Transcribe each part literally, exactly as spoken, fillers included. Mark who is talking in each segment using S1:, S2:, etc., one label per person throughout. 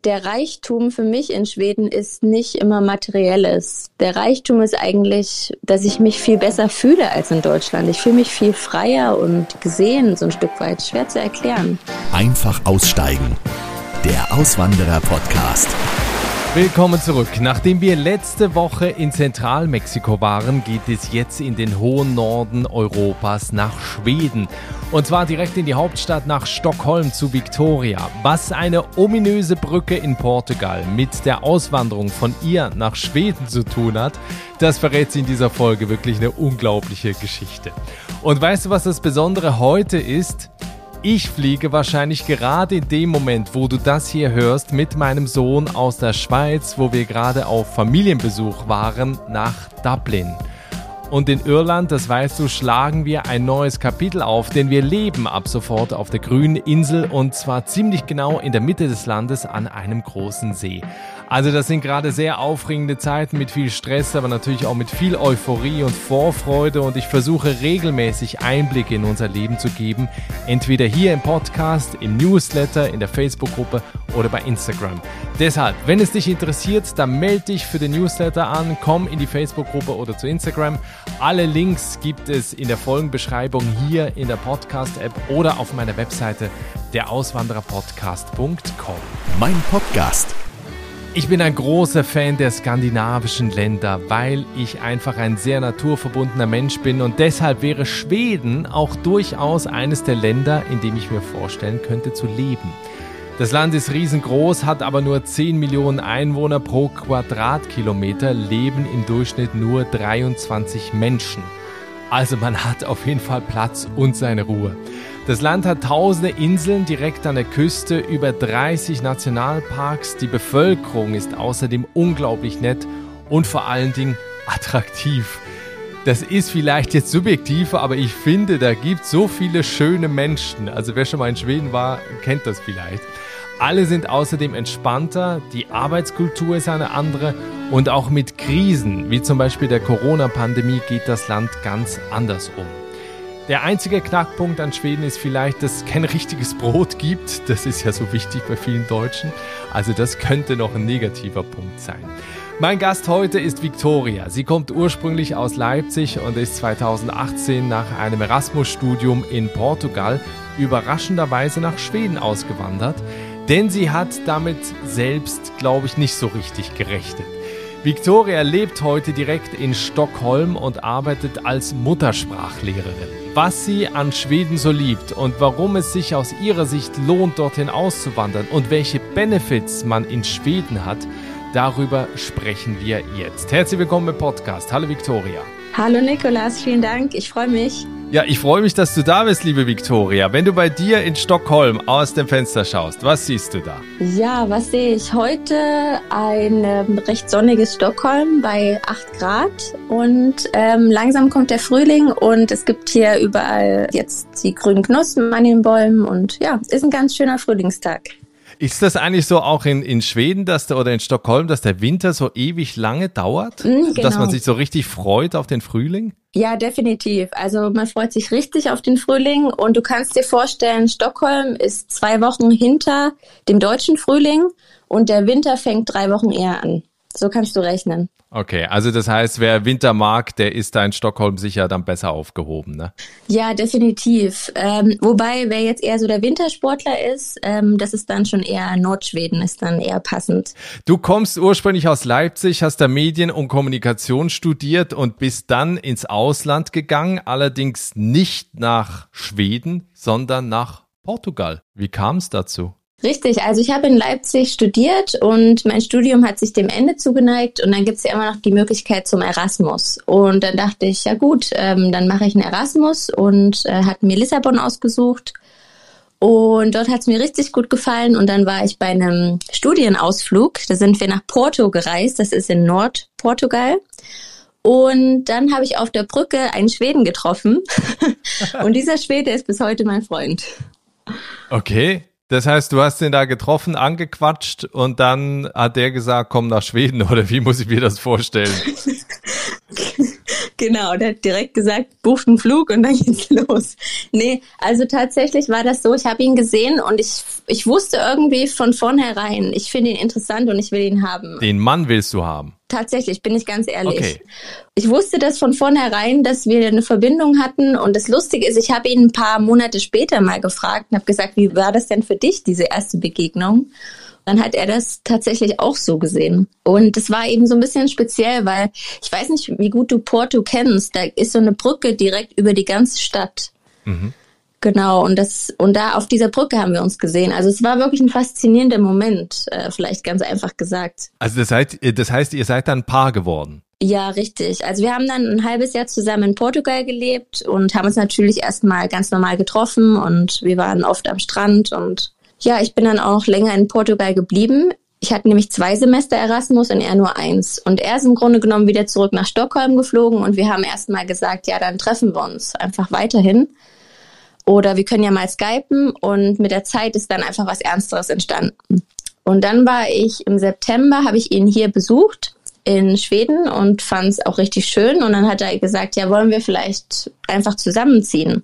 S1: der Reichtum für mich in Schweden ist nicht immer materielles. Der Reichtum ist eigentlich, dass ich mich viel besser fühle als in Deutschland. Ich fühle mich viel freier und gesehen, so ein Stück weit. Schwer zu erklären.
S2: Einfach aussteigen. Der Auswanderer-Podcast.
S3: Willkommen zurück. Nachdem wir letzte Woche in Zentralmexiko waren, geht es jetzt in den hohen Norden Europas nach Schweden. Und zwar direkt in die Hauptstadt nach Stockholm zu Victoria. Was eine ominöse Brücke in Portugal mit der Auswanderung von ihr nach Schweden zu tun hat, das verrät sie in dieser Folge. Wirklich eine unglaubliche Geschichte. Und weißt du, was das Besondere heute ist? Ich fliege wahrscheinlich gerade in dem Moment, wo du das hier hörst, mit meinem Sohn aus der Schweiz, wo wir gerade auf Familienbesuch waren, nach Dublin. Und in Irland, das weißt du, schlagen wir ein neues Kapitel auf, denn wir leben ab sofort auf der grünen Insel und zwar ziemlich genau in der Mitte des Landes an einem großen See. Also das sind gerade sehr aufregende Zeiten mit viel Stress, aber natürlich auch mit viel Euphorie und Vorfreude und ich versuche regelmäßig Einblicke in unser Leben zu geben, entweder hier im Podcast, im Newsletter, in der Facebook-Gruppe oder bei Instagram. Deshalb, wenn es dich interessiert, dann melde dich für den Newsletter an, komm in die Facebook-Gruppe oder zu Instagram. Alle Links gibt es in der Folgenbeschreibung hier in der Podcast-App oder auf meiner Webseite der auswanderer podcast punkt com.
S2: Mein Podcast.
S3: Ich bin ein großer Fan der skandinavischen Länder, weil ich einfach ein sehr naturverbundener Mensch bin und deshalb wäre Schweden auch durchaus eines der Länder, in dem ich mir vorstellen könnte zu leben. Das Land ist riesengroß, hat aber nur zehn Millionen Einwohner pro Quadratkilometer, leben im Durchschnitt nur dreiundzwanzig Menschen. Also man hat auf jeden Fall Platz und seine Ruhe. Das Land hat tausende Inseln direkt an der Küste, über dreißig Nationalparks. Die Bevölkerung ist außerdem unglaublich nett und vor allen Dingen attraktiv. Das ist vielleicht jetzt subjektiv, aber ich finde, da gibt es so viele schöne Menschen. Also wer schon mal in Schweden war, kennt das vielleicht. Alle sind außerdem entspannter, die Arbeitskultur ist eine andere und auch mit Krisen, wie zum Beispiel der Corona-Pandemie, geht das Land ganz anders um. Der einzige Knackpunkt an Schweden ist vielleicht, dass es kein richtiges Brot gibt. Das ist ja so wichtig bei vielen Deutschen. Also das könnte noch ein negativer Punkt sein. Mein Gast heute ist Victoria. Sie kommt ursprünglich aus Leipzig und ist zweitausendachtzehn nach einem Erasmus-Studium in Portugal überraschenderweise nach Schweden ausgewandert. Denn sie hat damit selbst, glaube ich, nicht so richtig gerechnet. Victoria lebt heute direkt in Stockholm und arbeitet als Muttersprachlehrerin. Was sie an Schweden so liebt und warum es sich aus ihrer Sicht lohnt, dorthin auszuwandern und welche Benefits man in Schweden hat, darüber sprechen wir jetzt. Herzlich willkommen im Podcast. Hallo Victoria.
S1: Hallo Nikolas, vielen Dank, ich freue mich.
S3: Ja, ich freue mich, dass du da bist, liebe Victoria. Wenn du bei dir in Stockholm aus dem Fenster schaust, was siehst du da?
S1: Ja, was sehe ich? Heute ein ähm, recht sonniges Stockholm bei acht Grad und ähm, langsam kommt der Frühling und es gibt hier überall jetzt die grünen Knospen an den Bäumen und ja, ist ein ganz schöner Frühlingstag.
S3: Ist das eigentlich so auch in, in Schweden dass der, oder in Stockholm, dass der Winter so ewig lange dauert?
S1: Mm, genau.
S3: Dass man sich so richtig freut auf den Frühling?
S1: Ja, definitiv. Also man freut sich richtig auf den Frühling und du kannst dir vorstellen, Stockholm ist zwei Wochen hinter dem deutschen Frühling und der Winter fängt drei Wochen eher an. So kannst du rechnen.
S3: Okay, also das heißt, wer Winter mag, der ist da in Stockholm sicher dann besser aufgehoben, ne?
S1: Ja, definitiv. Ähm, wobei, wer jetzt eher so der Wintersportler ist, ähm, das ist dann schon eher Nordschweden, ist dann eher passend.
S3: Du kommst ursprünglich aus Leipzig, hast da Medien und Kommunikation studiert und bist dann ins Ausland gegangen, allerdings nicht nach Schweden, sondern nach Portugal. Wie kam es dazu?
S1: Richtig, also ich habe in Leipzig studiert und mein Studium hat sich dem Ende zugeneigt und dann gibt's ja immer noch die Möglichkeit zum Erasmus. Und dann dachte ich, ja gut, ähm, dann mache ich einen Erasmus und äh, hatte mir Lissabon ausgesucht. Und dort hat's mir richtig gut gefallen und dann war ich bei einem Studienausflug. Da sind wir nach Porto gereist, das ist in Nordportugal. Und dann habe ich auf der Brücke einen Schweden getroffen und dieser Schwede ist bis heute mein Freund.
S3: Okay. Das heißt, du hast ihn da getroffen, angequatscht und dann hat der gesagt, komm nach Schweden oder wie muss ich mir das vorstellen?
S1: Genau, der hat direkt gesagt, bucht einen Flug und dann geht's los. Nee, also tatsächlich war das so, ich habe ihn gesehen und ich, ich wusste irgendwie von vornherein, ich finde ihn interessant und ich will ihn haben.
S3: Den Mann willst du haben?
S1: Tatsächlich, bin ich ganz ehrlich.
S3: Okay.
S1: Ich wusste das von vornherein, dass wir eine Verbindung hatten und das Lustige ist, ich habe ihn ein paar Monate später mal gefragt und habe gesagt, wie war das denn für dich, diese erste Begegnung? Dann hat er das tatsächlich auch so gesehen. Und das war eben so ein bisschen speziell, weil ich weiß nicht, wie gut du Porto kennst. Da ist so eine Brücke direkt über die ganze Stadt. Mhm. Genau, und das und da auf dieser Brücke haben wir uns gesehen. Also es war wirklich ein faszinierender Moment, äh, vielleicht ganz einfach gesagt.
S3: Also das heißt, das heißt, ihr seid dann ein Paar geworden?
S1: Ja, richtig. Also wir haben dann ein halbes Jahr zusammen in Portugal gelebt und haben uns natürlich erstmal ganz normal getroffen und wir waren oft am Strand und ja, ich bin dann auch länger in Portugal geblieben. Ich hatte nämlich zwei Semester Erasmus und er nur eins. Und er ist im Grunde genommen wieder zurück nach Stockholm geflogen und wir haben erstmal gesagt, ja, dann treffen wir uns einfach weiterhin. Oder wir können ja mal skypen und mit der Zeit ist dann einfach was Ernsteres entstanden. Und dann war ich im September, habe ich ihn hier besucht in Schweden und fand es auch richtig schön. Und dann hat er gesagt, ja, wollen wir vielleicht einfach zusammenziehen?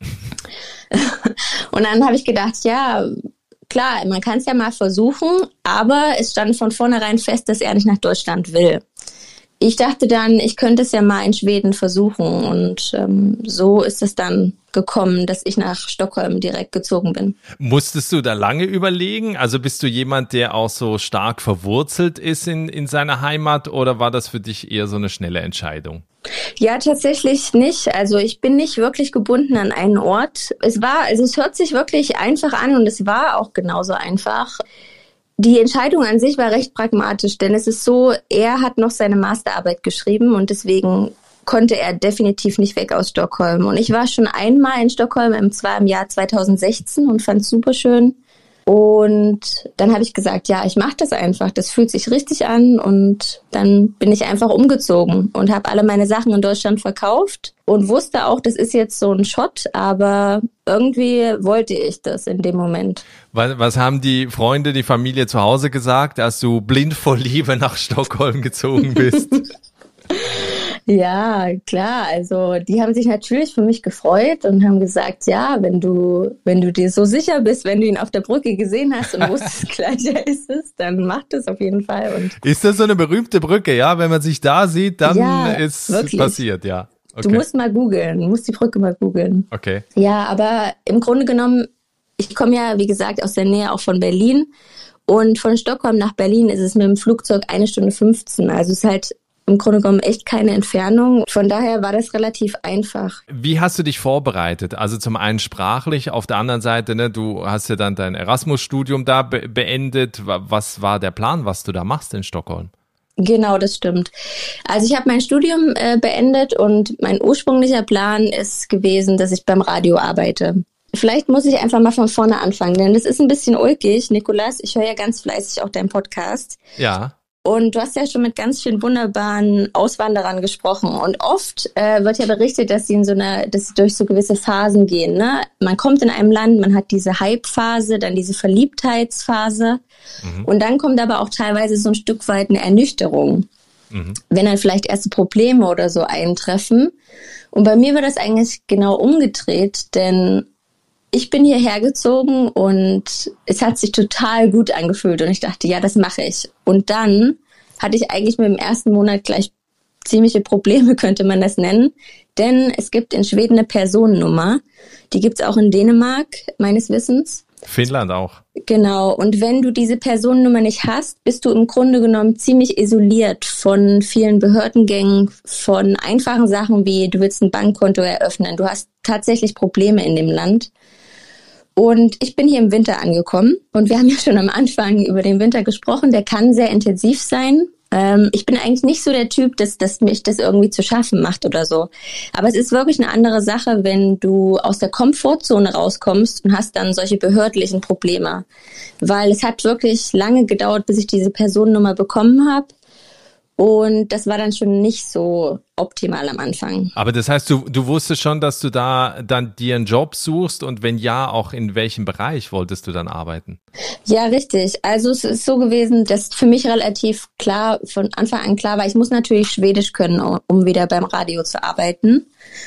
S1: Und dann habe ich gedacht, ja, klar, man kann es ja mal versuchen, aber es stand von vornherein fest, dass er nicht nach Deutschland will. Ich dachte dann, ich könnte es ja mal in Schweden versuchen und ähm, so ist es dann gekommen, dass ich nach Stockholm direkt gezogen bin.
S3: Musstest du da lange überlegen? Also bist du jemand, der auch so stark verwurzelt ist in, in seiner Heimat oder war das für dich eher so eine schnelle Entscheidung?
S1: Ja, tatsächlich nicht. Also ich bin nicht wirklich gebunden an einen Ort. Es war, also es hört sich wirklich einfach an und es war auch genauso einfach. Die Entscheidung an sich war recht pragmatisch, denn es ist so, er hat noch seine Masterarbeit geschrieben und deswegen konnte er definitiv nicht weg aus Stockholm. Und ich war schon einmal in Stockholm, und zwar im Jahr zweitausendsechzehn und fand es super schön. Und dann habe ich gesagt, ja, ich mache das einfach, das fühlt sich richtig an und dann bin ich einfach umgezogen und habe alle meine Sachen in Deutschland verkauft und wusste auch, das ist jetzt so ein Schott, aber irgendwie wollte ich das in dem Moment.
S3: Was, was haben die Freunde, die Familie zu Hause gesagt, als du blind vor Liebe nach Stockholm gezogen bist?
S1: Ja, klar. Also die haben sich natürlich für mich gefreut und haben gesagt, ja, wenn du, wenn du dir so sicher bist, wenn du ihn auf der Brücke gesehen hast und wusstest, gleich er ist es, dann mach das auf jeden Fall. Und
S3: ist das so eine berühmte Brücke, ja? Wenn man sich da sieht, dann
S1: ja,
S3: ist
S1: wirklich.
S3: Passiert, ja. Okay.
S1: Du musst mal googeln, du musst die Brücke mal googeln.
S3: Okay.
S1: Ja, aber im Grunde genommen, ich komme ja, wie gesagt, aus der Nähe auch von Berlin und von Stockholm nach Berlin ist es mit dem Flugzeug eine Stunde fünfzehn. Also es ist halt im Grunde genommen echt keine Entfernung. Von daher war das relativ einfach.
S3: Wie hast du dich vorbereitet? Also zum einen sprachlich, auf der anderen Seite, ne, du hast ja dann dein Erasmus-Studium da be- beendet. Was war der Plan, was du da machst in Stockholm?
S1: Genau, das stimmt. Also ich habe mein Studium äh, beendet und mein ursprünglicher Plan ist gewesen, dass ich beim Radio arbeite. Vielleicht muss ich einfach mal von vorne anfangen, denn das ist ein bisschen ulkig, Nikolas. Ich höre ja ganz fleißig auch deinen Podcast.
S3: Ja.
S1: Und du hast ja schon mit ganz vielen wunderbaren Auswanderern gesprochen. Und oft äh, wird ja berichtet, dass sie in so einer, dass sie durch so gewisse Phasen gehen. Ne? Man kommt in einem Land, man hat diese Hype-Phase, dann diese Verliebtheitsphase. Mhm. Und dann kommt aber auch teilweise so ein Stück weit eine Ernüchterung. Mhm. Wenn dann vielleicht erste Probleme oder so eintreffen. Und bei mir war das eigentlich genau umgedreht, denn ich bin hierher gezogen und es hat sich total gut angefühlt und ich dachte, ja, das mache ich. Und dann hatte ich eigentlich mit dem ersten Monat gleich ziemliche Probleme, könnte man das nennen. Denn es gibt in Schweden eine Personennummer. Die gibt es auch in Dänemark, meines Wissens.
S3: Finnland auch.
S1: Genau. Und wenn du diese Personennummer nicht hast, bist du im Grunde genommen ziemlich isoliert von vielen Behördengängen, von einfachen Sachen wie, du willst ein Bankkonto eröffnen. Du hast tatsächlich Probleme in dem Land. Und ich bin hier im Winter angekommen und wir haben ja schon am Anfang über den Winter gesprochen. Der kann sehr intensiv sein. Ähm, ich bin eigentlich nicht so der Typ, dass, dass mich das irgendwie zu schaffen macht oder so. Aber es ist wirklich eine andere Sache, wenn du aus der Komfortzone rauskommst und hast dann solche behördlichen Probleme. Weil es hat wirklich lange gedauert, bis ich diese Personennummer bekommen habe. Und das war dann schon nicht so optimal am Anfang.
S3: Aber das heißt, du, du wusstest schon, dass du da dann dir einen Job suchst und wenn ja, auch in welchem Bereich wolltest du dann arbeiten?
S1: Ja, richtig. Also es ist so gewesen, dass für mich relativ klar, von Anfang an klar war, ich muss natürlich Schwedisch können, um wieder beim Radio zu arbeiten.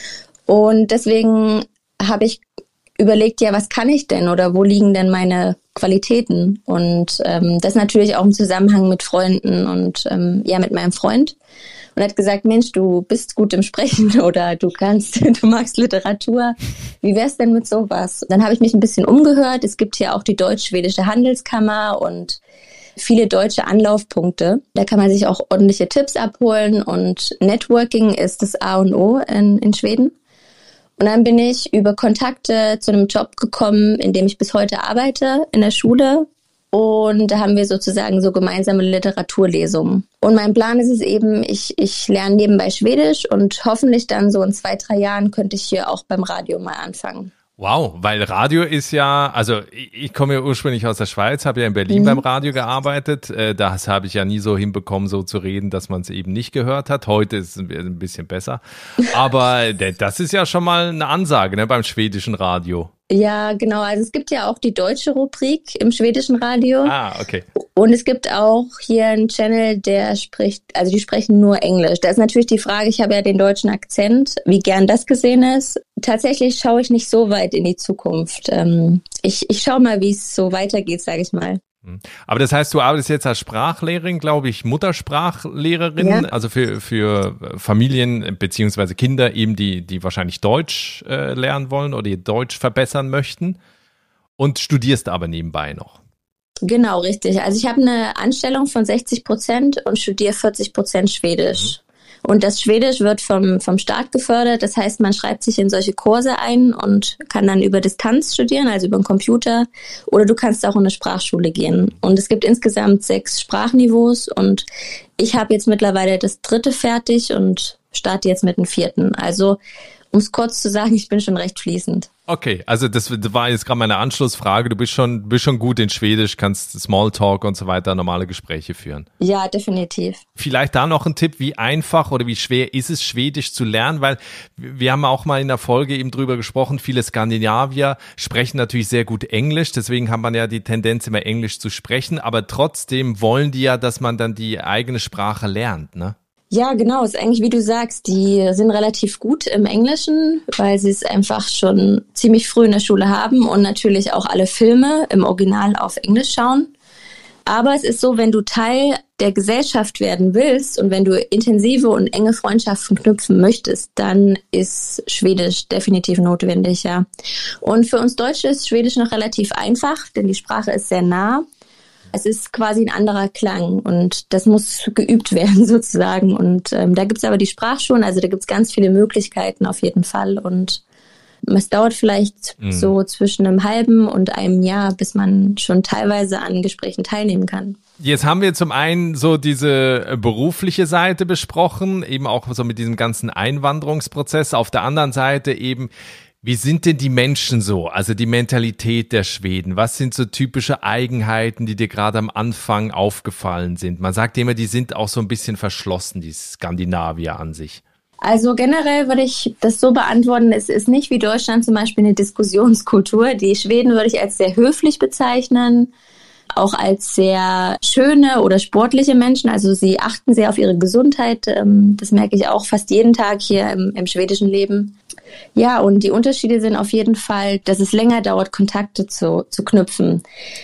S1: Und deswegen habe ich überlegt, ja, was kann ich denn oder wo liegen denn meine Qualitäten? Und ähm, das natürlich auch im Zusammenhang mit Freunden und ähm, ja, mit meinem Freund. Und er hat gesagt, Mensch, du bist gut im Sprechen oder du kannst, du magst Literatur. Wie wär's denn mit sowas? Dann habe ich mich ein bisschen umgehört. Es gibt hier auch die Deutsch-Schwedische Handelskammer und viele deutsche Anlaufpunkte. Da kann man sich auch ordentliche Tipps abholen und Networking ist das A und O in, in Schweden. Und dann bin ich über Kontakte zu einem Job gekommen, in dem ich bis heute arbeite, in der Schule. Und da haben wir sozusagen so gemeinsame Literaturlesungen. Und mein Plan ist es eben, ich, ich lerne nebenbei Schwedisch und hoffentlich dann so in zwei, drei Jahren könnte ich hier auch beim Radio mal anfangen.
S3: Wow, weil Radio ist ja, also ich, ich komme ja ursprünglich aus der Schweiz, habe ja in Berlin mhm. beim Radio gearbeitet. Äh, das habe ich ja nie so hinbekommen, so zu reden, dass man es eben nicht gehört hat. Heute ist es ein bisschen besser. Aber das ist ja schon mal eine Ansage, ne, beim schwedischen Radio.
S1: Ja, genau. Also es gibt ja auch die deutsche Rubrik im schwedischen Radio.
S3: Ah, okay.
S1: Und es gibt auch hier einen Channel, der spricht, also die sprechen nur Englisch. Da ist natürlich die Frage, ich habe ja den deutschen Akzent, wie gern das gesehen ist. Tatsächlich schaue ich nicht so weit in die Zukunft. Ich, ich schaue mal, wie es so weitergeht, sage ich mal.
S3: Aber das heißt, du arbeitest jetzt als Sprachlehrerin, glaube ich, Muttersprachlehrerin, ja. Also für, für Familien beziehungsweise Kinder eben, die, die wahrscheinlich Deutsch äh, lernen wollen oder ihr Deutsch verbessern möchten und studierst aber nebenbei noch. Genau, richtig. Also ich habe eine Anstellung von sechzig Prozent und studiere vierzig Prozent Schwedisch. Mhm. Und das Schwedisch wird vom, vom Staat gefördert. Das heißt, man schreibt sich in solche Kurse ein und kann dann über Distanz studieren, also über den Computer. Oder du kannst auch in eine Sprachschule gehen. Und es gibt insgesamt sechs Sprachniveaus. Und ich habe jetzt mittlerweile das dritte fertig und starte jetzt mit dem vierten. Also um es kurz zu sagen, ich bin schon recht fließend. Okay, also das war jetzt gerade meine Anschlussfrage. Du bist schon, bist schon gut in Schwedisch, kannst Smalltalk und so weiter, normale Gespräche führen. Ja, definitiv. Vielleicht da noch ein Tipp, wie einfach oder wie schwer ist es, Schwedisch zu lernen? Weil wir haben auch mal in der Folge eben drüber gesprochen, viele Skandinavier sprechen natürlich sehr gut Englisch, deswegen hat man ja die Tendenz, immer Englisch zu sprechen, aber trotzdem wollen die ja, dass man dann die eigene Sprache lernt, ne? Ja, genau. Ist eigentlich, wie du sagst, die sind relativ gut im Englischen, weil sie es einfach schon ziemlich früh in der Schule haben und natürlich auch alle Filme im Original auf Englisch schauen. Aber es ist so, wenn du Teil der Gesellschaft werden willst und wenn du intensive und enge Freundschaften knüpfen möchtest, dann ist Schwedisch definitiv notwendig, ja. Und für uns Deutsche ist Schwedisch noch relativ einfach, denn die Sprache ist sehr nah. Es ist quasi ein anderer Klang und das muss geübt werden sozusagen. Und ähm, da gibt's aber die Sprachschulen, also da gibt's ganz viele Möglichkeiten auf jeden Fall. Und es dauert vielleicht mhm. so zwischen einem halben und einem Jahr, bis man schon teilweise an Gesprächen teilnehmen kann. Jetzt haben wir zum einen so diese berufliche Seite besprochen, eben auch so mit diesem ganzen Einwanderungsprozess. Auf der anderen Seite eben, wie sind denn die Menschen so, also die Mentalität der Schweden? Was sind so typische Eigenheiten, die dir gerade am Anfang aufgefallen sind? Man sagt immer, die sind auch so ein bisschen verschlossen, die Skandinavier an sich. Also generell würde ich das so beantworten, es ist nicht wie Deutschland zum Beispiel eine Diskussionskultur. Die Schweden würde ich als sehr höflich bezeichnen, auch als sehr schöne oder sportliche Menschen. Also sie achten sehr auf ihre Gesundheit. Das merke ich auch fast jeden Tag hier im, im schwedischen Leben. Ja, und die Unterschiede sind auf jeden Fall, dass es länger dauert, Kontakte zu, zu knüpfen.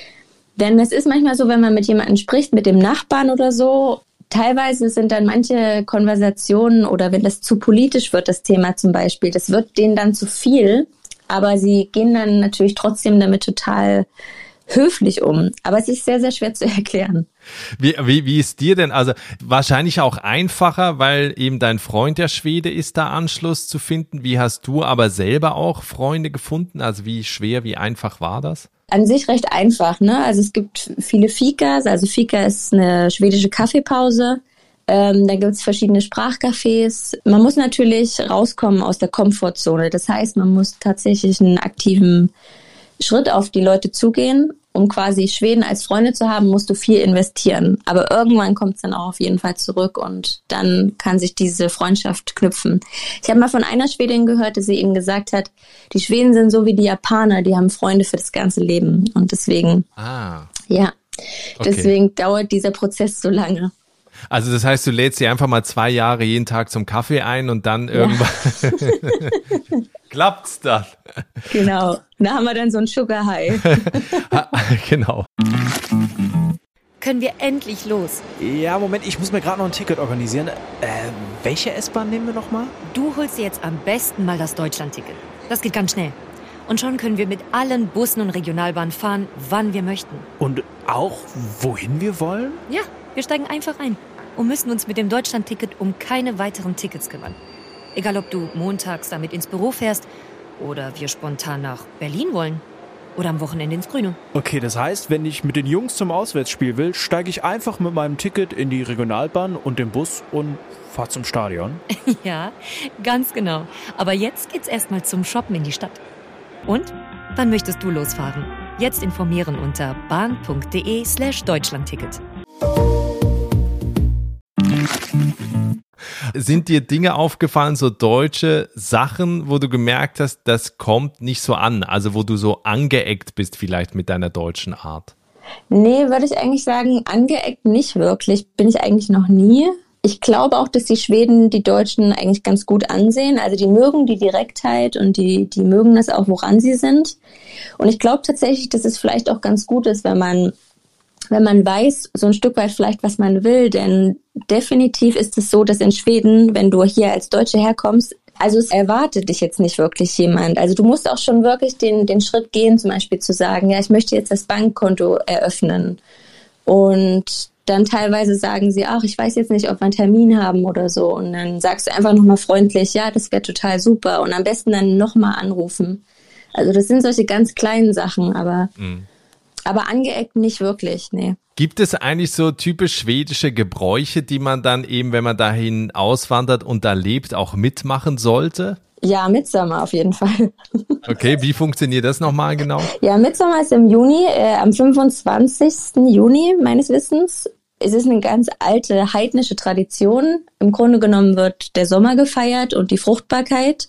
S3: Denn es ist manchmal so, wenn man mit jemandem spricht, mit dem Nachbarn oder so, teilweise sind dann manche Konversationen oder wenn das zu politisch wird, das Thema zum Beispiel, das wird denen dann zu viel, aber sie gehen dann natürlich trotzdem damit total höflich um. Aber es ist sehr, sehr schwer zu erklären. Wie, wie, wie ist dir denn, also wahrscheinlich auch einfacher, weil eben dein Freund der Schwede ist, da Anschluss zu finden. Wie hast du aber selber auch Freunde gefunden? Also wie schwer, wie einfach war das? An sich recht einfach, ne? Also es gibt viele Fikas. Also Fika ist eine schwedische Kaffeepause. Ähm, da gibt es verschiedene Sprachcafés. Man muss natürlich rauskommen aus der Komfortzone. Das heißt, man muss tatsächlich einen aktiven Schritt auf die Leute zugehen
S1: um quasi Schweden als Freunde zu haben, musst du viel investieren. Aber irgendwann kommt es dann auch auf jeden Fall zurück und dann kann sich diese Freundschaft knüpfen. Ich habe mal von einer Schwedin gehört, dass sie eben gesagt hat, die Schweden sind so wie die Japaner, die haben Freunde für das ganze Leben. Und deswegen,
S3: ah.
S1: ja,
S3: okay.
S1: deswegen dauert dieser Prozess so lange.
S3: Also das heißt, du lädst sie einfach mal zwei Jahre jeden Tag zum Kaffee ein und dann irgendwann ja. klappt's dann.
S1: Genau, da haben wir dann so einen Sugar High.
S3: Genau.
S4: Können wir endlich los?
S5: Ja, Moment, ich muss mir gerade noch ein Ticket organisieren. Äh, welche S-Bahn nehmen wir nochmal?
S4: Du holst dir jetzt am besten mal das Deutschland-Ticket. Das geht ganz schnell. Und schon können wir mit allen Bussen und Regionalbahnen fahren, wann wir möchten.
S5: Und auch, wohin wir wollen?
S4: Ja, wir steigen einfach ein und müssen uns mit dem Deutschland-Ticket um keine weiteren Tickets kümmern. Egal, ob du montags damit ins Büro fährst oder wir spontan nach Berlin wollen oder am Wochenende ins Grüne.
S5: Okay, das heißt, wenn ich mit den Jungs zum Auswärtsspiel will, steige ich einfach mit meinem Ticket in die Regionalbahn und den Bus und fahre zum Stadion.
S4: Ja, ganz genau. Aber jetzt geht's erstmal zum Shoppen in die Stadt. Und? Wann möchtest du losfahren? Jetzt informieren unter bahn.de slash Deutschlandticket.
S3: Sind dir Dinge aufgefallen, so deutsche Sachen, wo du gemerkt hast, das kommt nicht so an? Also wo du so angeeckt bist vielleicht mit deiner deutschen Art?
S1: Nee, würde ich eigentlich sagen, angeeckt nicht wirklich. Bin ich eigentlich noch nie. Ich glaube auch, dass die Schweden die Deutschen eigentlich ganz gut ansehen. Also die mögen die Direktheit und die, die mögen das auch, woran sie sind. Und ich glaube tatsächlich, dass es vielleicht auch ganz gut ist, wenn man wenn man weiß, so ein Stück weit vielleicht, was man will. Denn definitiv ist es so, dass in Schweden, wenn du hier als Deutsche herkommst, also es erwartet dich jetzt nicht wirklich jemand. Also du musst auch schon wirklich den, den Schritt gehen, zum Beispiel zu sagen, ja, ich möchte jetzt das Bankkonto eröffnen. Und dann teilweise sagen sie, ach, ich weiß jetzt nicht, ob wir einen Termin haben oder so. Und dann sagst du einfach nochmal freundlich, ja, das wäre total super. Und am besten dann nochmal anrufen. Also das sind solche ganz kleinen Sachen, aber... Mhm. Aber angeeckt nicht wirklich, nee.
S3: Gibt es eigentlich so typisch schwedische Gebräuche, die man dann eben, wenn man dahin auswandert und da lebt, auch mitmachen sollte?
S1: Ja, Mitsommer auf jeden Fall.
S3: Okay, wie funktioniert das nochmal genau?
S1: Ja, Mitsommer ist im Juni, äh, am fünfundzwanzigsten Juni meines Wissens. Es ist eine ganz alte heidnische Tradition. Im Grunde genommen wird der Sommer gefeiert und die Fruchtbarkeit.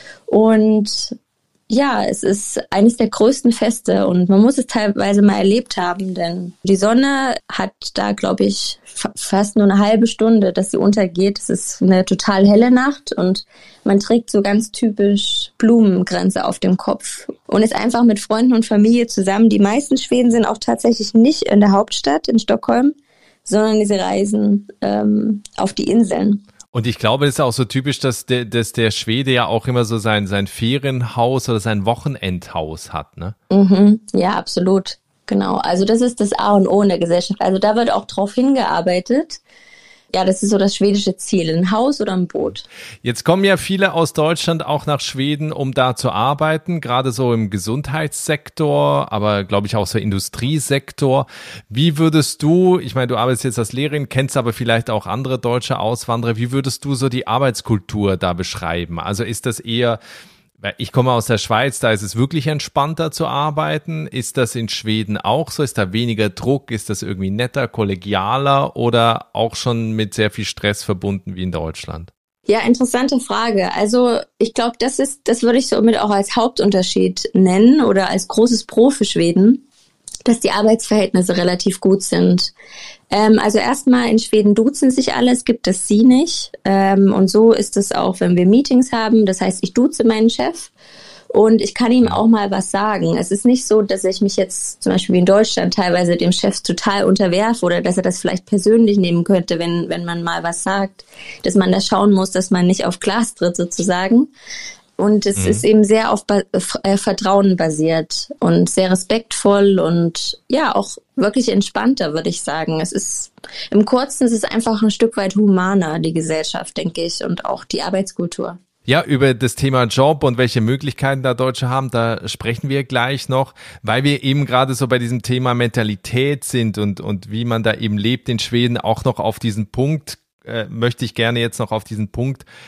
S1: Und ja, es ist eines der größten Feste und man muss es teilweise mal erlebt haben, denn die Sonne hat da, glaube ich, fa- fast nur eine halbe Stunde, dass sie untergeht. Es ist eine total helle Nacht und man trägt so ganz typisch Blumengrenze auf dem Kopf und ist einfach mit Freunden und Familie zusammen. Die meisten Schweden sind auch tatsächlich nicht in der Hauptstadt, in Stockholm, sondern sie reisen ähm, auf die Inseln.
S3: Und ich glaube, es ist auch so typisch, dass der, dass der Schwede ja auch immer so sein, sein Ferienhaus oder sein Wochenendhaus hat, ne?
S1: Mhm, ja, absolut. Genau. Also das ist das A und O in der Gesellschaft. Also da wird auch drauf hingearbeitet. Ja, das ist so das schwedische Ziel, ein Haus oder ein Boot.
S3: Jetzt kommen ja viele aus Deutschland auch nach Schweden, um da zu arbeiten, gerade so im Gesundheitssektor, aber glaube ich auch so Industriesektor. Wie würdest du, ich meine, du arbeitest jetzt als Lehrerin, kennst aber vielleicht auch andere deutsche Auswanderer, wie würdest du so die Arbeitskultur da beschreiben? Also ist das eher... Ich komme aus der Schweiz, da ist es wirklich entspannter zu arbeiten. Ist das in Schweden auch so? Ist da weniger Druck? Ist das irgendwie netter, kollegialer oder auch schon mit sehr viel Stress verbunden wie in Deutschland?
S1: Ja, interessante Frage. Also ich glaube, das ist, das würde ich somit auch als Hauptunterschied nennen oder als großes Pro für Schweden, dass die Arbeitsverhältnisse relativ gut sind. Ähm, also erstmal in Schweden duzen sich alle, es gibt das Sie nicht. Ähm, und so ist es auch, wenn wir Meetings haben. Das heißt, ich duze meinen Chef und ich kann ihm auch mal was sagen. Es ist nicht so, dass ich mich jetzt zum Beispiel wie in Deutschland teilweise dem Chef total unterwerfe oder dass er das vielleicht persönlich nehmen könnte, wenn, wenn man mal was sagt. Dass man da schauen muss, dass man nicht auf Glas tritt sozusagen. Und es mhm. ist eben sehr auf ba- äh, Vertrauen basiert und sehr respektvoll und ja, auch wirklich entspannter, würde ich sagen. Es ist, im Kurzen es ist einfach ein Stück weit humaner, die Gesellschaft, denke ich, und auch die Arbeitskultur.
S3: Ja, über das Thema Job und welche Möglichkeiten da Deutsche haben, da sprechen wir gleich noch, weil wir eben gerade so bei diesem Thema Mentalität sind und, und wie man da eben lebt in Schweden, auch noch auf diesen Punkt, äh, möchte ich gerne jetzt noch auf diesen Punkt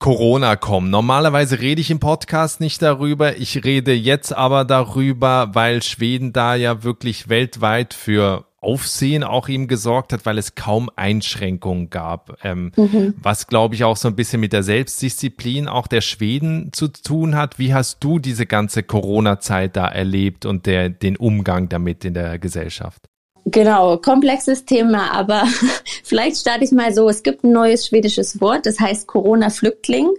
S3: Corona kommen. Normalerweise rede ich im Podcast nicht darüber. Ich rede jetzt aber darüber, weil Schweden da ja wirklich weltweit für Aufsehen auch ihm gesorgt hat, weil es kaum Einschränkungen gab. Ähm, mhm. Was, glaube ich, auch so ein bisschen mit der Selbstdisziplin auch der Schweden zu tun hat. Wie hast du diese ganze Corona-Zeit da erlebt und der, den Umgang damit in der Gesellschaft?
S1: Genau, komplexes Thema, aber vielleicht starte ich mal so. Es gibt ein neues schwedisches Wort, das heißt Corona-Flüchtling,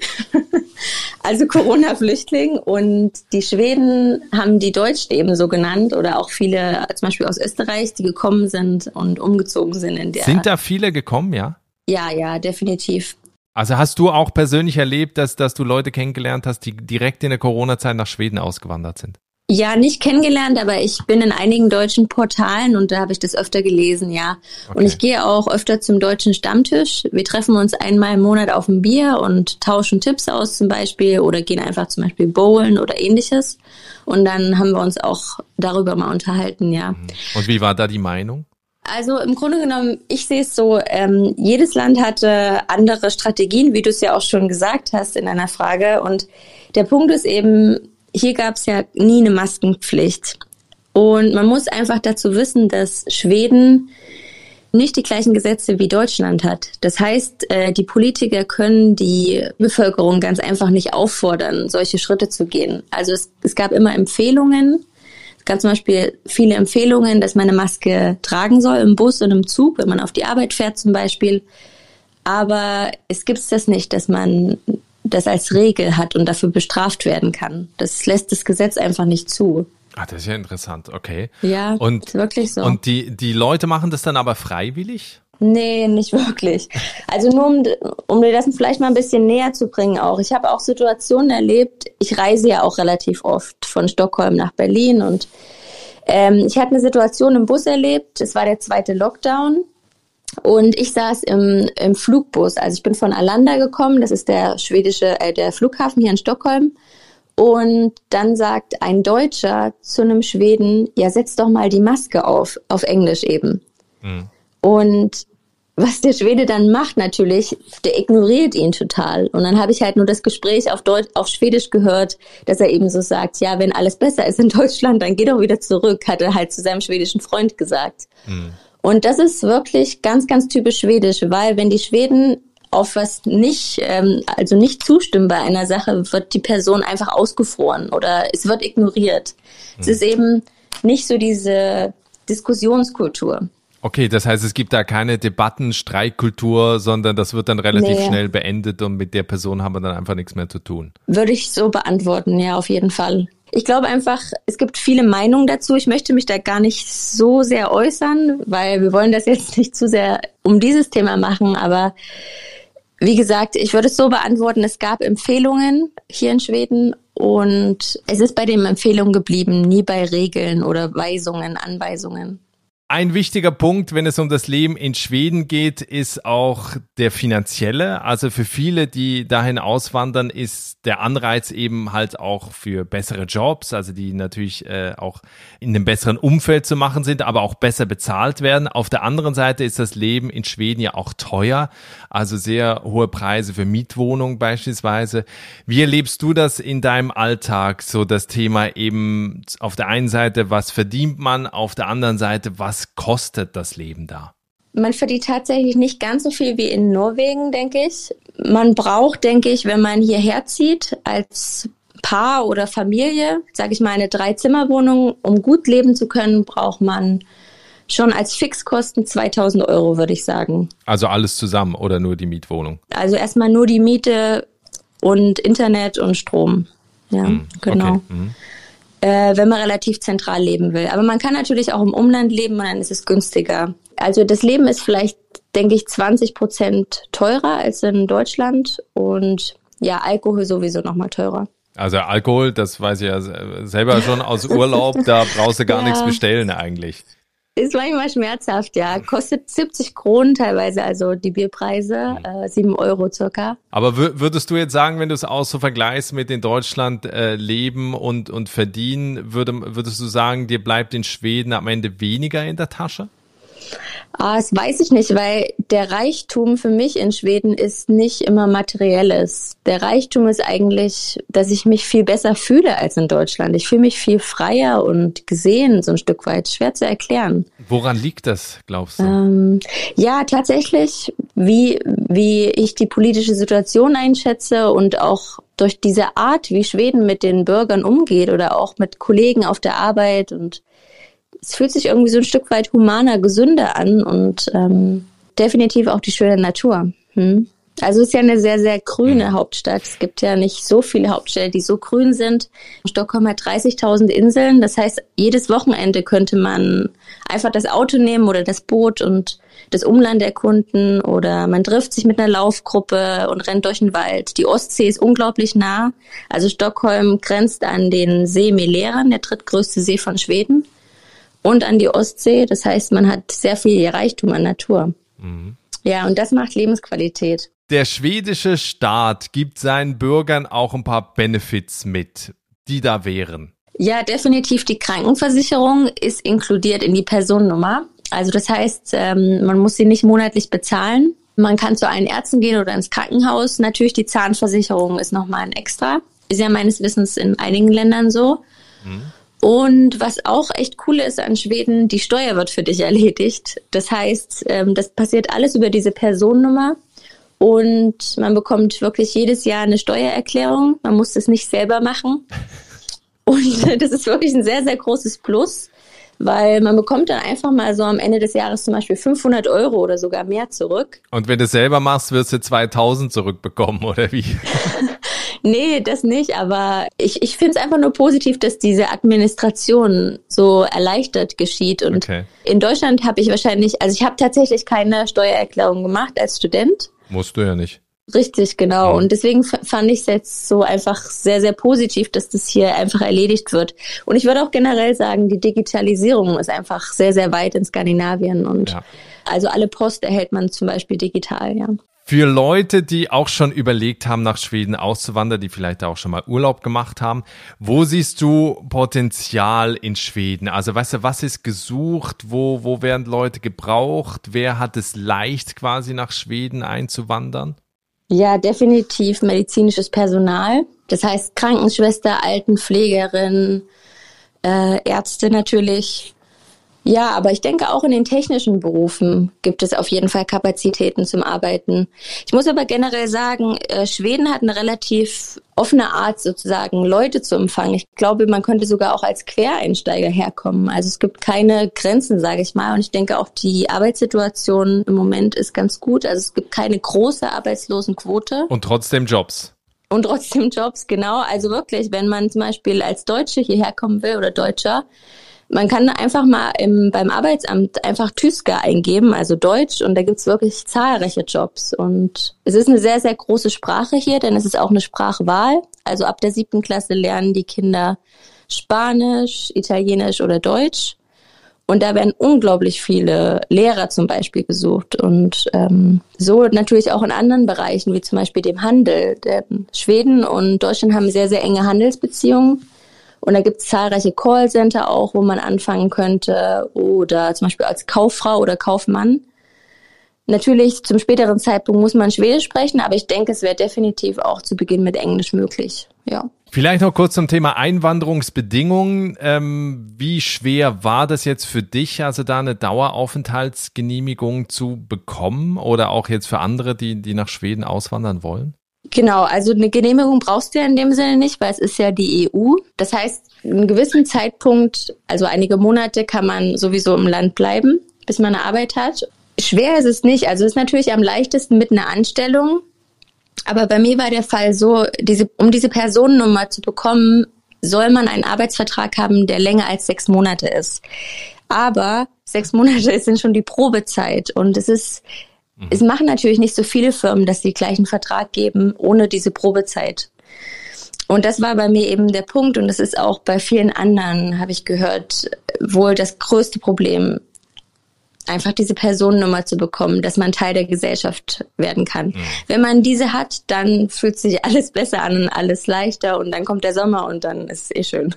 S1: also Corona-Flüchtling, und die Schweden haben die Deutschen eben so genannt oder auch viele, zum Beispiel aus Österreich, die gekommen sind und umgezogen sind in der...
S3: Sind da viele gekommen, ja?
S1: Ja, ja, definitiv.
S3: Also hast du auch persönlich erlebt, dass, dass du Leute kennengelernt hast, die direkt in der Corona-Zeit nach Schweden ausgewandert sind?
S1: Ja, nicht kennengelernt, aber ich bin in einigen deutschen Portalen und da habe ich das öfter gelesen, ja. Okay. Und ich gehe auch öfter zum deutschen Stammtisch. Wir treffen uns einmal im Monat auf ein Bier und tauschen Tipps aus zum Beispiel oder gehen einfach zum Beispiel bowlen oder ähnliches. Und dann haben wir uns auch darüber mal unterhalten, ja.
S3: Und wie war da die Meinung?
S1: Also im Grunde genommen, ich sehe es so, ähm, jedes Land hatte andere Strategien, wie du es ja auch schon gesagt hast in deiner Frage. Und der Punkt ist eben, hier gab es ja nie eine Maskenpflicht. Und man muss einfach dazu wissen, dass Schweden nicht die gleichen Gesetze wie Deutschland hat. Das heißt, die Politiker können die Bevölkerung ganz einfach nicht auffordern, solche Schritte zu gehen. Also es, es gab immer Empfehlungen. Es gab zum Beispiel viele Empfehlungen, dass man eine Maske tragen soll im Bus und im Zug, wenn man auf die Arbeit fährt zum Beispiel. Aber es gibt das nicht, dass man das als Regel hat und dafür bestraft werden kann. Das lässt das Gesetz einfach nicht zu.
S3: Ah, das ist ja interessant, okay.
S1: Ja,
S3: und,
S1: ist wirklich so.
S3: Und die, die Leute machen das dann aber freiwillig?
S1: Nee, nicht wirklich. Also nur um, um dir das vielleicht mal ein bisschen näher zu bringen auch. Ich habe auch Situationen erlebt, ich reise ja auch relativ oft von Stockholm nach Berlin und ähm, ich hatte eine Situation im Bus erlebt, es war der zweite Lockdown. Und ich saß im, im Flugbus, also ich bin von Arlanda gekommen, das ist der schwedische, äh, der Flughafen hier in Stockholm. Und dann sagt ein Deutscher zu einem Schweden, ja, setz doch mal die Maske auf, auf Englisch eben. Mhm. Und was der Schwede dann macht natürlich, der ignoriert ihn total. Und dann habe ich halt nur das Gespräch auf Deutsch, auf Schwedisch gehört, dass er eben so sagt, ja, wenn alles besser ist in Deutschland, dann geh doch wieder zurück, hat er halt zu seinem schwedischen Freund gesagt. Mhm. Und das ist wirklich ganz, ganz typisch schwedisch, weil wenn die Schweden auf was nicht, ähm, also nicht zustimmen bei einer Sache, wird die Person einfach ausgefroren oder es wird ignoriert. Mhm. Es ist eben nicht so diese Diskussionskultur.
S3: Okay, das heißt, es gibt da keine Debatten, Streikkultur, sondern das wird dann relativ nee. schnell beendet und mit der Person haben wir dann einfach nichts mehr zu tun.
S1: Würde ich so beantworten, ja, auf jeden Fall. Ich glaube einfach, es gibt viele Meinungen dazu. Ich möchte mich da gar nicht so sehr äußern, weil wir wollen das jetzt nicht zu sehr um dieses Thema machen. Aber wie gesagt, ich würde es so beantworten, es gab Empfehlungen hier in Schweden und es ist bei den Empfehlungen geblieben, nie bei Regeln oder Weisungen, Anweisungen.
S3: Ein wichtiger Punkt, wenn es um das Leben in Schweden geht, ist auch der finanzielle. Also für viele, die dahin auswandern, ist der Anreiz eben halt auch für bessere Jobs, also die natürlich äh, auch in einem besseren Umfeld zu machen sind, aber auch besser bezahlt werden. Auf der anderen Seite ist das Leben in Schweden ja auch teuer, also sehr hohe Preise für Mietwohnungen beispielsweise. Wie erlebst du das in deinem Alltag, so das Thema eben auf der einen Seite, was verdient man, auf der anderen Seite, was kostet das Leben da?
S1: Man verdient tatsächlich nicht ganz so viel wie in Norwegen, denke ich. Man braucht, denke ich, wenn man hierher zieht, als Paar oder Familie, sage ich mal, eine Drei-Zimmer-Wohnung, um gut leben zu können, braucht man schon als Fixkosten zweitausend Euro, würde ich sagen.
S3: Also alles zusammen oder nur die Mietwohnung?
S1: Also erstmal nur die Miete und Internet und Strom. Ja, hm, genau. Okay. Hm. Äh, wenn man relativ zentral leben will. Aber man kann natürlich auch im Umland leben und dann ist es günstiger. Also das Leben ist vielleicht, denke ich, zwanzig Prozent teurer als in Deutschland und ja, Alkohol sowieso nochmal teurer.
S3: Also Alkohol, das weiß ich ja selber schon aus Urlaub, da brauchst du gar ja. nichts bestellen eigentlich.
S1: Ist manchmal schmerzhaft, ja. Kostet siebzig Kronen teilweise, also die Bierpreise, äh, sieben Euro circa.
S3: Aber w- würdest du jetzt sagen, wenn du es auch so vergleichst mit in Deutschland äh, leben und, und verdienen, würde, würdest du sagen, dir bleibt in Schweden am Ende weniger in der Tasche?
S1: Ah, das weiß ich nicht, weil der Reichtum für mich in Schweden ist nicht immer materielles. Der Reichtum ist eigentlich, dass ich mich viel besser fühle als in Deutschland. Ich fühle mich viel freier und gesehen, so ein Stück weit. Schwer zu erklären.
S3: Woran liegt das, glaubst du?
S1: Ähm, ja, tatsächlich, wie, wie ich die politische Situation einschätze und auch durch diese Art, wie Schweden mit den Bürgern umgeht oder auch mit Kollegen auf der Arbeit, und es fühlt sich irgendwie so ein Stück weit humaner, gesünder an und ähm, definitiv auch die schöne Natur. Hm? Also es ist ja eine sehr, sehr grüne Hauptstadt. Es gibt ja nicht so viele Hauptstädte, die so grün sind. Stockholm hat dreißigtausend Inseln. Das heißt, jedes Wochenende könnte man einfach das Auto nehmen oder das Boot und das Umland erkunden, oder man trifft sich mit einer Laufgruppe und rennt durch den Wald. Die Ostsee ist unglaublich nah. Also Stockholm grenzt an den See Mälaren, der drittgrößte See von Schweden, und an die Ostsee. Das heißt, man hat sehr viel Reichtum an Natur. Mhm. Ja, und das macht Lebensqualität.
S3: Der schwedische Staat gibt seinen Bürgern auch ein paar Benefits mit, die da wären.
S1: Ja, definitiv. Die Krankenversicherung ist inkludiert in die Personennummer. Also das heißt, ähm, man muss sie nicht monatlich bezahlen. Man kann zu allen Ärzten gehen oder ins Krankenhaus. Natürlich die Zahnversicherung ist nochmal ein Extra. Ist ja meines Wissens in einigen Ländern so. Mhm. Und was auch echt cool ist an Schweden, die Steuer wird für dich erledigt. Das heißt, das passiert alles über diese Personennummer und man bekommt wirklich jedes Jahr eine Steuererklärung. Man muss das nicht selber machen. Und das ist wirklich ein sehr, sehr großes Plus, weil man bekommt dann einfach mal so am Ende des Jahres zum Beispiel fünfhundert Euro oder sogar mehr zurück.
S3: Und wenn du es selber machst, wirst du zweitausend zurückbekommen, oder wie?
S1: Nee, das nicht, aber ich, ich finde es einfach nur positiv, dass diese Administration so erleichtert geschieht. Und okay. In Deutschland habe ich wahrscheinlich, also ich habe tatsächlich keine Steuererklärung gemacht als Student.
S3: Musst du ja nicht.
S1: Richtig, genau. Ja. Und deswegen f- fand ich es jetzt so einfach sehr, sehr positiv, dass das hier einfach erledigt wird. Und ich würde auch generell sagen, die Digitalisierung ist einfach sehr, sehr weit in Skandinavien. Und ja. Also alle Post erhält man zum Beispiel digital, ja.
S3: Für Leute, die auch schon überlegt haben, nach Schweden auszuwandern, die vielleicht auch schon mal Urlaub gemacht haben, wo siehst du Potenzial in Schweden? Also weißt du, was ist gesucht? Wo, wo werden Leute gebraucht? Wer hat es leicht, quasi nach Schweden einzuwandern?
S1: Ja, definitiv medizinisches Personal. Das heißt Krankenschwester, Altenpflegerin, äh, Ärzte natürlich. Ja, aber ich denke auch in den technischen Berufen gibt es auf jeden Fall Kapazitäten zum Arbeiten. Ich muss aber generell sagen, äh, Schweden hat eine relativ offene Art sozusagen, Leute zu empfangen. Ich glaube, man könnte sogar auch als Quereinsteiger herkommen. Also es gibt keine Grenzen, sage ich mal. Und ich denke auch, die Arbeitssituation im Moment ist ganz gut. Also es gibt keine große Arbeitslosenquote.
S3: Und trotzdem Jobs.
S1: Und trotzdem Jobs, genau. Also wirklich, wenn man zum Beispiel als Deutsche hierher kommen will oder Deutscher, man kann einfach mal im, beim Arbeitsamt einfach Tyska eingeben, also Deutsch, und da gibt's wirklich zahlreiche Jobs. Und es ist eine sehr, sehr große Sprache hier, denn es ist auch eine Sprachwahl. Also ab der siebten Klasse lernen die Kinder Spanisch, Italienisch oder Deutsch. Und da werden unglaublich viele Lehrer zum Beispiel gesucht. Und ähm, so natürlich auch in anderen Bereichen, wie zum Beispiel dem Handel. Denn Schweden und Deutschland haben sehr, sehr enge Handelsbeziehungen. Und da gibt es zahlreiche Callcenter auch, wo man anfangen könnte, oder zum Beispiel als Kauffrau oder Kaufmann. Natürlich zum späteren Zeitpunkt muss man Schwedisch sprechen, aber ich denke, es wäre definitiv auch zu Beginn mit Englisch möglich. Ja.
S3: Vielleicht noch kurz zum Thema Einwanderungsbedingungen. Ähm, wie schwer war das jetzt für dich, also da eine Daueraufenthaltsgenehmigung zu bekommen, oder auch jetzt für andere, die, die nach Schweden auswandern wollen?
S1: Genau, also eine Genehmigung brauchst du ja in dem Sinne nicht, weil es ist ja die E U. Das heißt, einen gewissen Zeitpunkt, also einige Monate, kann man sowieso im Land bleiben, bis man eine Arbeit hat. Schwer ist es nicht. Also es ist natürlich am leichtesten mit einer Anstellung. Aber bei mir war der Fall so, diese, um diese Personennummer zu bekommen, soll man einen Arbeitsvertrag haben, der länger als sechs Monate ist. Aber sechs Monate sind schon die Probezeit, und es ist Es machen natürlich nicht so viele Firmen, dass sie gleich einen Vertrag geben, ohne diese Probezeit. Und das war bei mir eben der Punkt, und das ist auch bei vielen anderen, habe ich gehört, wohl das größte Problem. einfach diese Personennummer zu bekommen, dass man Teil der Gesellschaft werden kann. Mhm. Wenn man diese hat, dann fühlt sich alles besser an und alles leichter und dann kommt der Sommer und dann ist es eh schön.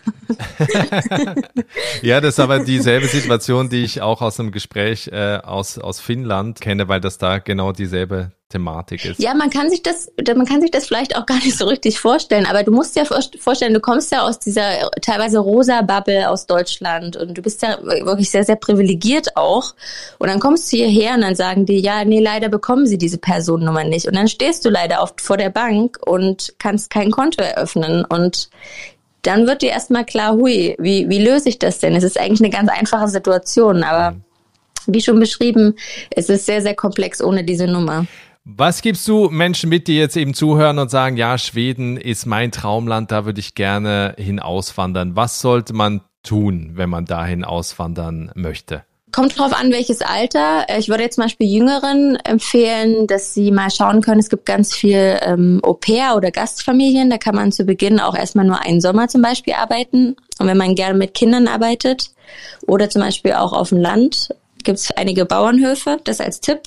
S3: Ja, das ist aber dieselbe Situation, die ich auch aus einem Gespräch äh, aus, aus Finnland kenne, weil das da genau dieselbe Thematik ist.
S1: Ja, man kann sich das, man kann sich das vielleicht auch gar nicht so richtig vorstellen, aber du musst dir vorstellen, du kommst ja aus dieser teilweise rosa Bubble aus Deutschland und du bist ja wirklich sehr, sehr privilegiert auch und dann kommst du hierher und dann sagen die, ja, nee, leider bekommen sie diese Personennummer nicht und dann stehst du leider oft vor der Bank und kannst kein Konto eröffnen und dann wird dir erstmal klar, hui, wie, wie löse ich das denn? Es ist eigentlich eine ganz einfache Situation, aber mhm. wie schon beschrieben, es ist sehr, sehr komplex ohne diese Nummer.
S3: Was gibst du Menschen mit, die jetzt eben zuhören und sagen, ja, Schweden ist mein Traumland, da würde ich gerne hin auswandern. Was sollte man tun, wenn man dahin auswandern möchte?
S1: Kommt drauf an, welches Alter. Ich würde jetzt zum Beispiel Jüngeren empfehlen, dass sie mal schauen können. Es gibt ganz viel ähm, Au-pair oder Gastfamilien. Da kann man zu Beginn auch erstmal nur einen Sommer zum Beispiel arbeiten. Und wenn man gerne mit Kindern arbeitet oder zum Beispiel auch auf dem Land, gibt es einige Bauernhöfe. Das als Tipp.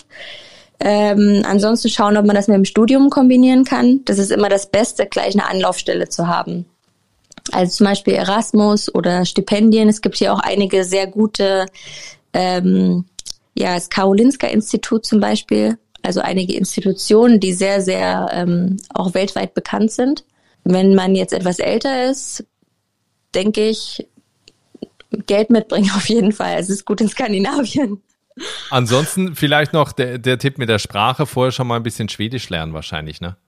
S1: Ähm, ansonsten schauen, ob man das mit dem Studium kombinieren kann. Das ist immer das Beste, gleich eine Anlaufstelle zu haben. Also zum Beispiel Erasmus oder Stipendien. Es gibt hier auch einige sehr gute, ähm, ja, das Karolinska-Institut zum Beispiel. Also einige Institutionen, die sehr, sehr ähm, auch weltweit bekannt sind. Wenn man jetzt etwas älter ist, denke ich, Geld mitbringen auf jeden Fall. Es ist gut in Skandinavien.
S3: Ansonsten vielleicht noch der, der Tipp mit der Sprache, vorher schon mal ein bisschen Schwedisch lernen wahrscheinlich, ne?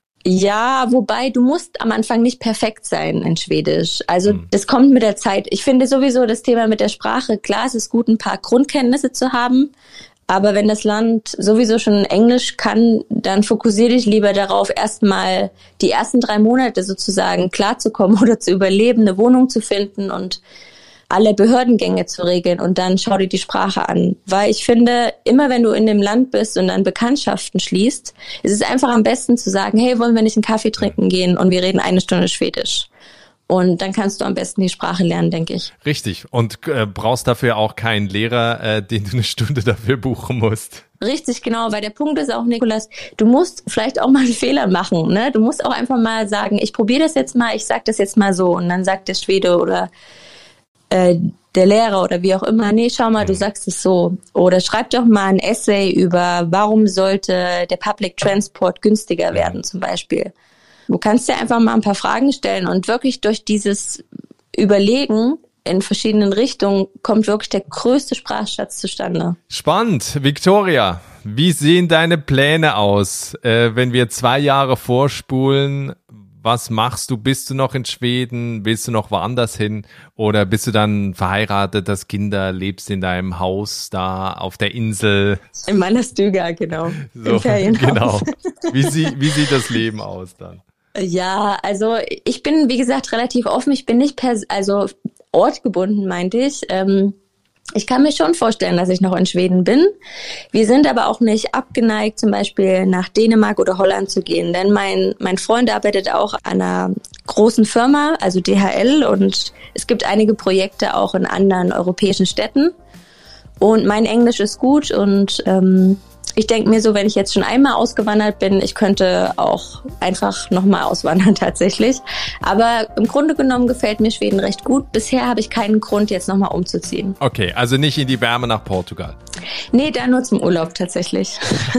S1: Ja, wobei du musst am Anfang nicht perfekt sein in Schwedisch. Also hm. das kommt mit der Zeit. Ich finde sowieso das Thema mit der Sprache, klar, es ist gut, ein paar Grundkenntnisse zu haben. Aber wenn das Land sowieso schon Englisch kann, dann fokussiere dich lieber darauf, erstmal die ersten drei Monate sozusagen klarzukommen oder zu überleben, eine Wohnung zu finden und alle Behördengänge zu regeln und dann schau dir die Sprache an. Weil ich finde, immer wenn du in dem Land bist und dann Bekanntschaften schließt, ist es einfach am besten zu sagen, hey, wollen wir nicht einen Kaffee trinken gehen und wir reden eine Stunde Schwedisch. Und dann kannst du am besten die Sprache lernen, denke ich.
S3: Richtig. Und äh, brauchst dafür auch keinen Lehrer, äh, den du eine Stunde dafür buchen musst.
S1: Richtig, genau. Weil der Punkt ist auch, Nikolas, du musst vielleicht auch mal einen Fehler machen. Ne? Du musst auch einfach mal sagen, ich probiere das jetzt mal, ich sag das jetzt mal so. Und dann sagt der Schwede oder der Lehrer oder wie auch immer, nee, schau mal, du sagst es so. Oder schreib doch mal ein Essay über, warum sollte der Public Transport günstiger werden zum Beispiel. Du kannst dir einfach mal ein paar Fragen stellen und wirklich durch dieses Überlegen in verschiedenen Richtungen kommt wirklich der größte Sprachschatz zustande.
S3: Spannend. Victoria, wie sehen deine Pläne aus, äh, wenn wir zwei Jahre vorspulen? Was machst du? Bist du noch in Schweden? Willst du noch woanders hin? Oder bist du dann verheiratet, hast Kinder, lebst in deinem Haus da auf der Insel?
S1: In meiner Stuga, genau.
S3: So,
S1: im Ferienhaus.
S3: Genau. Wie, sie, wie sieht das Leben aus dann?
S1: Ja, also ich bin, wie gesagt, relativ offen. Ich bin nicht per, also ortgebunden, meinte ich. Ähm, Ich kann mir schon vorstellen, dass ich noch in Schweden bin. Wir sind aber auch nicht abgeneigt, zum Beispiel nach Dänemark oder Holland zu gehen. Denn mein, mein Freund arbeitet auch an einer großen Firma, also D H L. Und es gibt einige Projekte auch in anderen europäischen Städten. Und mein Englisch ist gut und ähm, ich denke mir so, wenn ich jetzt schon einmal ausgewandert bin, ich könnte auch einfach nochmal auswandern tatsächlich. Aber im Grunde genommen gefällt mir Schweden recht gut. Bisher habe ich keinen Grund, jetzt nochmal umzuziehen.
S3: Okay, also nicht in die Wärme nach Portugal.
S1: Nee, da nur zum Urlaub tatsächlich.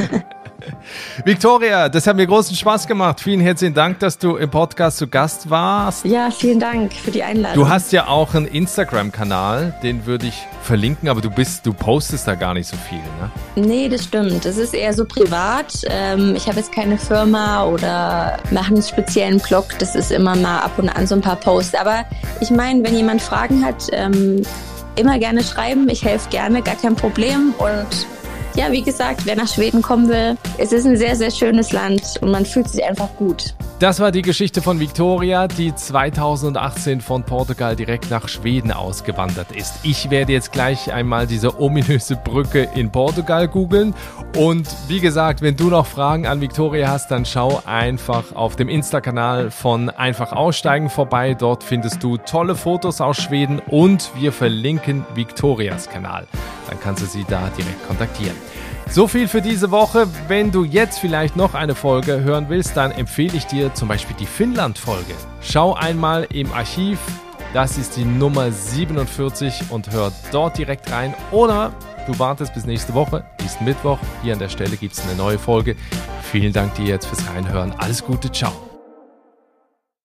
S3: Victoria, das hat mir großen Spaß gemacht. Vielen herzlichen Dank, dass du im Podcast zu Gast warst.
S1: Ja, vielen Dank für die Einladung.
S3: Du hast ja auch einen Instagram-Kanal, den würde ich verlinken, aber du bist, du postest da gar nicht so viel, ne?
S1: Nee, das stimmt. Das ist eher so privat. Ich habe jetzt keine Firma oder mache einen speziellen Blog. Das ist immer mal ab und an so ein paar Posts. Aber ich meine, wenn jemand Fragen hat, immer gerne schreiben. Ich helfe gerne, gar kein Problem. Und ja, wie gesagt, wer nach Schweden kommen will, es ist ein sehr, sehr schönes Land und man fühlt sich einfach gut.
S3: Das war die Geschichte von Victoria, die zweitausendachtzehn von Portugal direkt nach Schweden ausgewandert ist. Ich werde jetzt gleich einmal diese ominöse Brücke in Portugal googeln. Und wie gesagt, wenn du noch Fragen an Victoria hast, dann schau einfach auf dem Insta-Kanal von Einfach Aussteigen vorbei. Dort findest du tolle Fotos aus Schweden und wir verlinken Victorias Kanal. dann kannst du sie da direkt kontaktieren. So viel für diese Woche. Wenn du jetzt vielleicht noch eine Folge hören willst, dann empfehle ich dir zum Beispiel die Finnland-Folge. Schau einmal im Archiv, das ist die Nummer siebenundvierzig und hör dort direkt rein. Oder du wartest bis nächste Woche, nächsten Mittwoch. Hier an der Stelle gibt es eine neue Folge. Vielen Dank dir jetzt fürs Reinhören. Alles Gute, ciao.